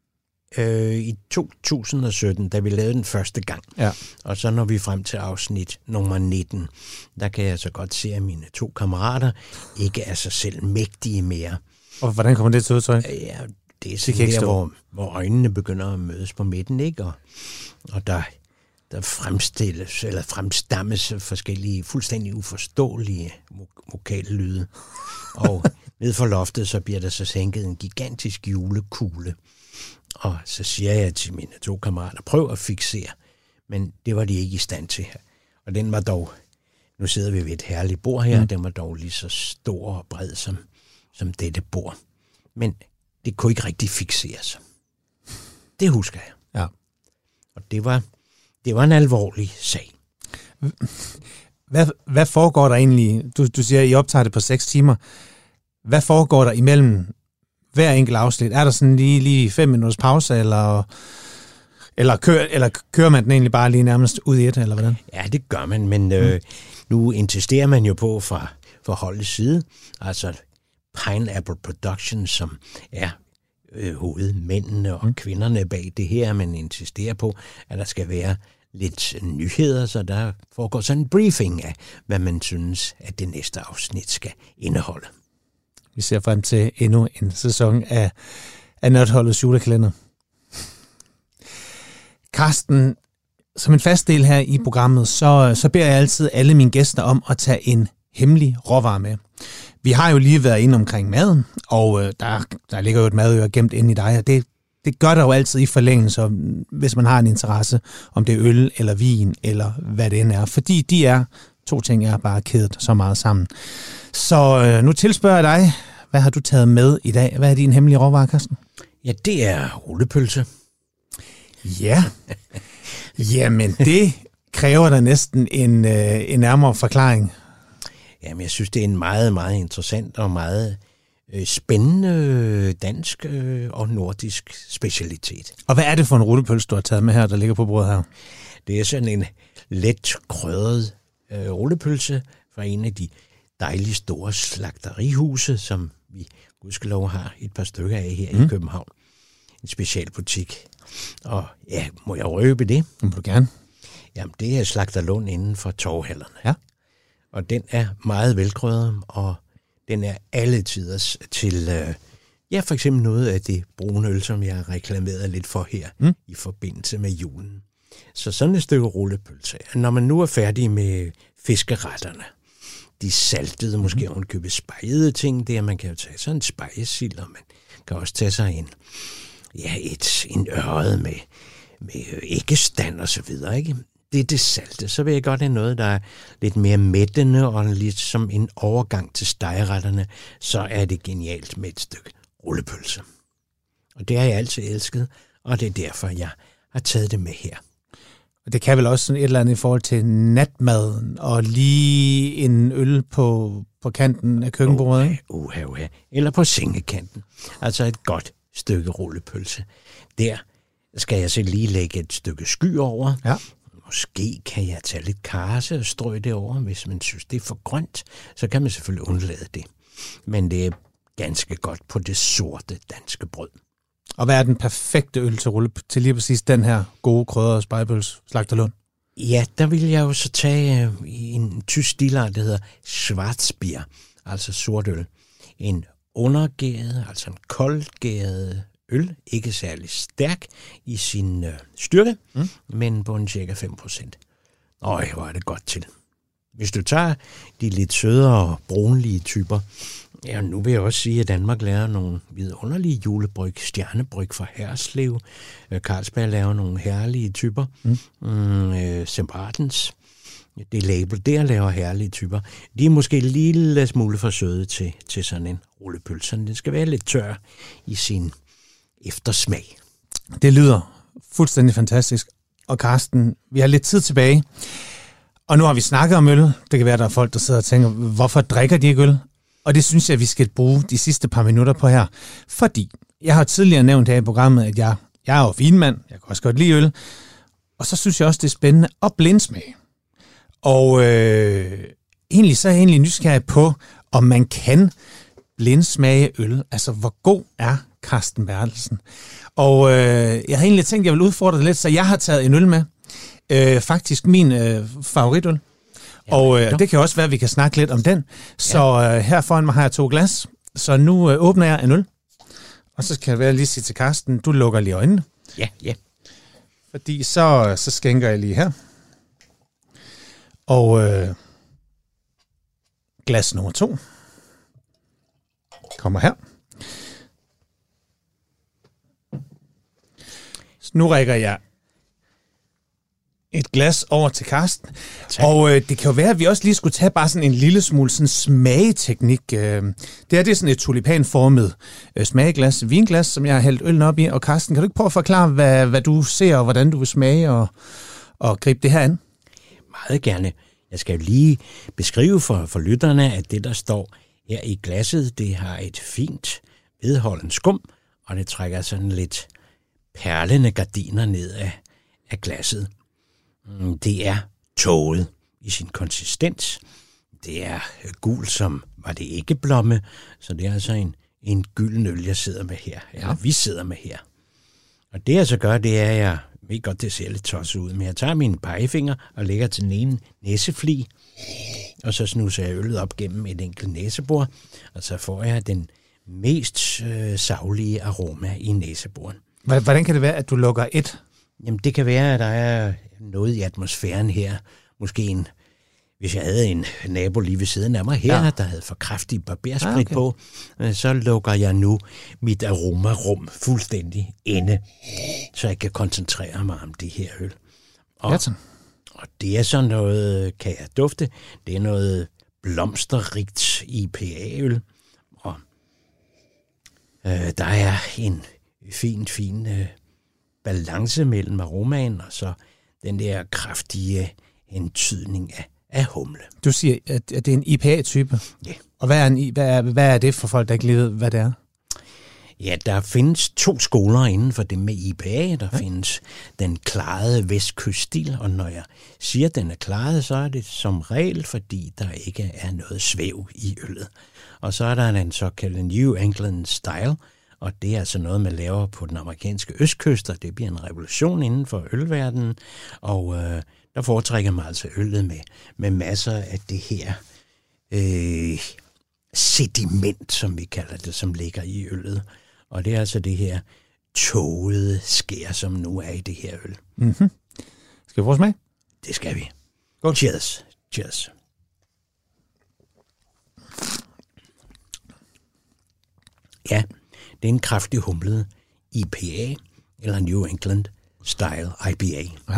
i 2017, da vi lavede den første gang, ja. Og så når vi frem til afsnit nummer 19, der kan jeg så godt se, at mine 2 kammerater ikke er sig selv mægtige mere. Og hvordan kommer det til udtryk? Ja, det er sådan der, hvor øjnene begynder at mødes på midten, ikke? Og der fremstilles eller fremstammes forskellige fuldstændig uforståelige vokallyde. Og ned for loftet, så bliver der så sænket en gigantisk julekugle. Og så siger jeg til mine 2 kammerater, prøv at fiksere. Men det var de ikke i stand til. Og den var dog, Nu sidder vi ved et herligt bord her, den var dog lige så stor og bred som dette bord. Men det kunne ikke rigtig fikseres. Det husker jeg. Ja. Og det var en alvorlig sag. Hvad foregår der egentlig? Du siger, I optager det på 6 timer. Hvad foregår der imellem hver enkelt afsnit? Er der sådan lige 5 minutters pause, eller kører man den egentlig bare lige nærmest ud i et, eller hvordan? Ja, det gør man, men nu insisterer man jo på fra holdets side, altså Pineapple Productions, som er hovedmændene og kvinderne bag det her, man insisterer på, at der skal være lidt nyheder, så der foregår sådan en briefing af, hvad man synes, at det næste afsnit skal indeholde. Vi ser frem til endnu en sæson af Nørtholdets julekalender. Karsten, som en fast del her i programmet, så beder jeg altid alle mine gæster om at tage en hemmelig råvare med. Vi har jo lige været inde omkring maden, og der ligger jo et madøre gemt inde i dig, og det gør der jo altid i forlængelse, hvis man har en interesse, om det er øl eller vin, eller hvad det end er. Fordi de er, 2 ting er bare kædet så meget sammen. Så nu tilspørger jeg dig, hvad har du taget med i dag? Hvad er din hemmelige råvare, Karsten? Ja, det er rullepølse. Ja, jamen det kræver da næsten en nærmere forklaring. Jamen, jeg synes, det er en meget, meget interessant og meget spændende dansk og nordisk specialitet. Og hvad er det for en rullepølse, du har taget med her, der ligger på bordet her? Det er sådan en let krydret rullepølse fra en af de dejlige store slagterihuse, som vi gudskelov har et par stykker af her i København. En specialbutik. Og ja, må jeg røbe det? Det må du gerne. Jamen, det er Slagterlund inden for Torvhallerne. Ja. Og den er meget velkrydret, og den er alle tiders til, for eksempel noget af det brune øl, som jeg har reklameret lidt for her i forbindelse med julen. Så sådan et stykke rullepølse. Når man nu er færdig med fiskeretterne, de saltede, måske ovenkøbet spejede ting der, man kan jo tage sådan en spejesild, og man kan også tage sig en ørred med æggestand og så videre, ikke? Det er det salte. Så vil jeg godt have noget, der er lidt mere mættende og lidt som en overgang til stegeretterne. Så er det genialt med et stykke rullepølse. Og det har jeg altid elsket, og det er derfor, jeg har taget det med her. Og det kan vel også sådan et eller andet i forhold til natmaden og lige en øl på kanten af køkkenbordet, ikke? Uha. Eller på sengekanten. Altså et godt stykke rullepølse. Der skal jeg så lige lægge et stykke sky over. Ja. Måske kan jeg tage lidt karse og strø det over, hvis man synes, det er for grønt. Så kan man selvfølgelig undlade det. Men det er ganske godt på det sorte danske brød. Og hvad er den perfekte øl til lige præcis den her gode krydrede spejepølse, Slagterlund? Ja, der vil jeg jo så tage en tysk stilart, der hedder Schwarzbier, altså sort øl. En undergæret, altså en koldgæret øl, ikke særlig stærk i sin styrke, men på en cirka 5%. Hvor er det godt til. Hvis du tager de lidt sødere og brunlige typer, ja, nu vil jeg også sige, at Danmark laver nogle vidunderlige julebryg, stjernebryg fra Herslev. Carlsberg laver nogle herlige typer. Semperatens, det label der laver herlige typer. De er måske en lille smule for søde til sådan en rullepølse. Den skal være lidt tør i sin eftersmag. Det lyder fuldstændig fantastisk. Og Karsten, vi har lidt tid tilbage. Og nu har vi snakket om øl. Det kan være, at der er folk, der sidder og tænker, hvorfor drikker de ikke øl? Og det synes jeg, vi skal bruge de sidste par minutter på her. Fordi jeg har tidligere nævnt her i programmet, at jeg er jo vinmand. Jeg kan også godt lide øl. Og så synes jeg også, det er spændende at blindsmage. Og egentlig så er jeg nysgerrig på, om man kan blindsmage øl. Altså, hvor god er Carsten Bertelsen? Og jeg har egentlig tænkt, at jeg vil udfordre det lidt, så jeg har taget en øl med. Faktisk min favoritøl. Og det kan også være, at vi kan snakke lidt om den. Så her foran mig har jeg 2 glas. Så nu åbner jeg en øl. Og så kan jeg lige sige til Karsten, du lukker lige øjnene. Ja. Fordi så skænker jeg lige her. Og glas nummer 2 kommer her. Så nu rækker jeg et glas over til Carsten. Tak. Og det kan jo være, at vi også lige skulle tage bare sådan en lille smule sådan smageteknik. Det er sådan et tulipanformet smageglas, vinglas, som jeg har hældt øllen op i. Og Carsten, kan du ikke prøve at forklare, hvad du ser, og hvordan du vil smage og gribe det her an? Meget gerne. Jeg skal lige beskrive for lytterne, at det, der står her i glasset, det har et fint vedholdent skum, og det trækker sådan lidt perlende gardiner ned af glasset. Det er tåget i sin konsistens. Det er gul som var det ikke blomme, så det er altså en gylden øl, jeg sidder med her, eller vi sidder med her. Og det jeg så gør, det er, jeg ved godt, det ser lidt tosset ud, men jeg tager mine pegefinger og lægger til den ene næsefli, og så snuser jeg øllet op gennem et enkelt næsebor, og så får jeg den mest saglige aroma i næseboren. Hvordan kan det være, at du lukker et? Jamen, det kan være, at der er noget i atmosfæren her. Måske hvis jeg havde en nabo lige ved siden af mig her, der havde for kraftig barbersprit på, så lukker jeg nu mit aromarum fuldstændig inde, så jeg kan koncentrere mig om det her øl. Og det er sådan noget, kan jeg dufte, det er noget blomsterrigt IPA-øl, og der er en fin balance mellem aromaen og så den der kraftige hentydning af humle. Du siger, at det er en IPA-type? Ja. Og hvad er det for folk, der ikke lige ved, hvad det er? Ja, der findes 2 skoler inden for det med IPA. Der findes den klarede vestkyst-stil, og når jeg siger, at den er klaret, så er det som regel, fordi der ikke er noget svæv i øllet. Og så er der den såkaldte New England Style, og det er altså noget, man laver på den amerikanske østkyst, og det bliver en revolution inden for ølverdenen, og der foretrækker man altså øllet med masser af det her sediment, som vi kalder det, som ligger i øllet. Og det er altså det her tågede skær, som nu er i det her øl. Mm-hmm. Skal vi prøve smag? Det skal vi. Godt. Cheers. Cheers. Ja, det er en kraftig humlet IPA, eller New England Style IPA. Ja.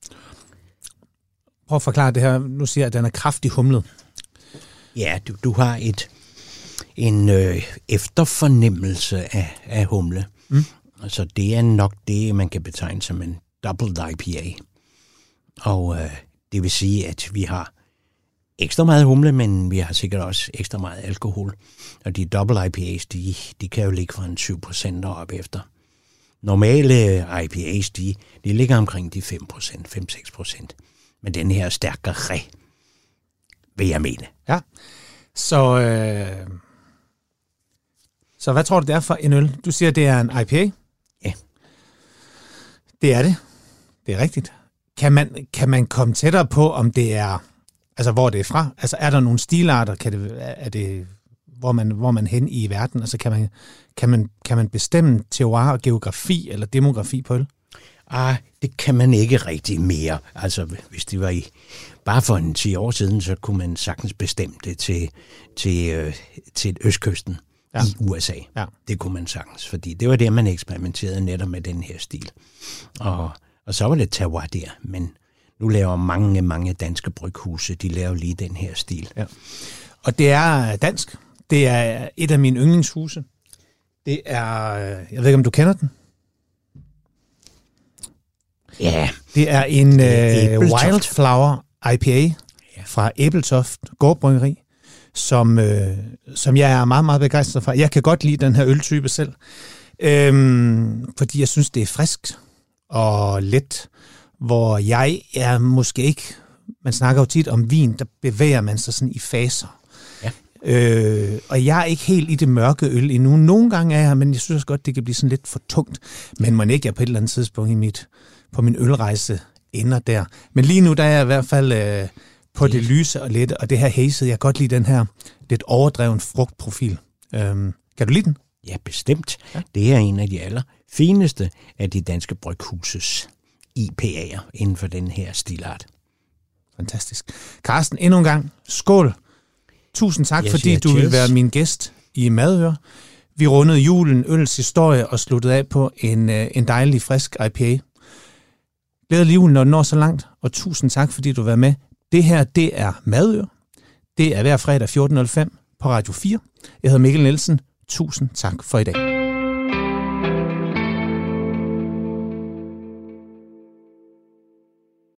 Prøv at forklare det her. Nu siger jeg, at den er kraftig humlet. Ja, du har en efterfornemmelse af humle. Så det er nok det, man kan betegne som en double IPA. Og det vil sige, at vi har ekstra meget humle, men vi har sikkert også ekstra meget alkohol. Og de double IPAs, de kan jo ligge fra en 7% og op efter. Normale IPAs, de ligger omkring de 5%, 5-6%. Men den her er stærkere, vil jeg mene. Ja. Så hvad tror du, det er for en øl? Du siger, det er en IPA? Ja. Det er det. Det er rigtigt. Kan man komme tættere på, om det er, altså hvor det er fra? Altså er der nogle stilarter? Er det hvor man hen i verden? Altså kan man bestemme terroir og geografi eller demografi på øl? Det kan man ikke rigtig mere. Altså, hvis det var bare for en 10 år siden, så kunne man sagtens bestemme det til østkysten i USA. Ja. Det kunne man sagtens, fordi det var der, man eksperimenterede netop med den her stil. Og så var det terroir der, men nu laver mange danske bryghuse, de laver lige den her stil. Ja. Og det er dansk. Det er et af mine yndlingshuse. Det er, jeg ved ikke, om du kender den? Ja. Det er en Wildflower IPA fra Ebeltoft Gårdbryggeri, som jeg er meget, meget begejstret for. Jeg kan godt lide den her øltype selv, fordi jeg synes, det er frisk og let, hvor jeg er måske ikke, man snakker jo tit om vin, der bevæger man sig sådan i faser. Ja. Og jeg er ikke helt i det mørke øl endnu. Nogle gange er jeg, men jeg synes også godt, det kan blive sådan lidt for tungt. Men må ikke jeg på et eller andet tidspunkt på min ølrejse ender der. Men lige nu, der er jeg i hvert fald på det lyse og lette, og det her hazy, jeg kan godt lide den her lidt overdreven frugtprofil. Kan du lide den? Ja, bestemt. Ja. Det er en af de allerfineste af de danske bryghuses IPA'er inden for den her stilart. Fantastisk. Carsten, endnu en gang, skål. Tusind tak, fordi du vil være min gæst i Madøre. Vi rundede julen, øls historie og sluttede af på en dejlig, frisk IPA. Glæder livet, når du når så langt, og tusind tak, fordi du var med. Det her, det er Madør. Det er hver fredag 14.05 på Radio 4. Jeg hedder Mikkel Nielsen. Tusind tak for i dag.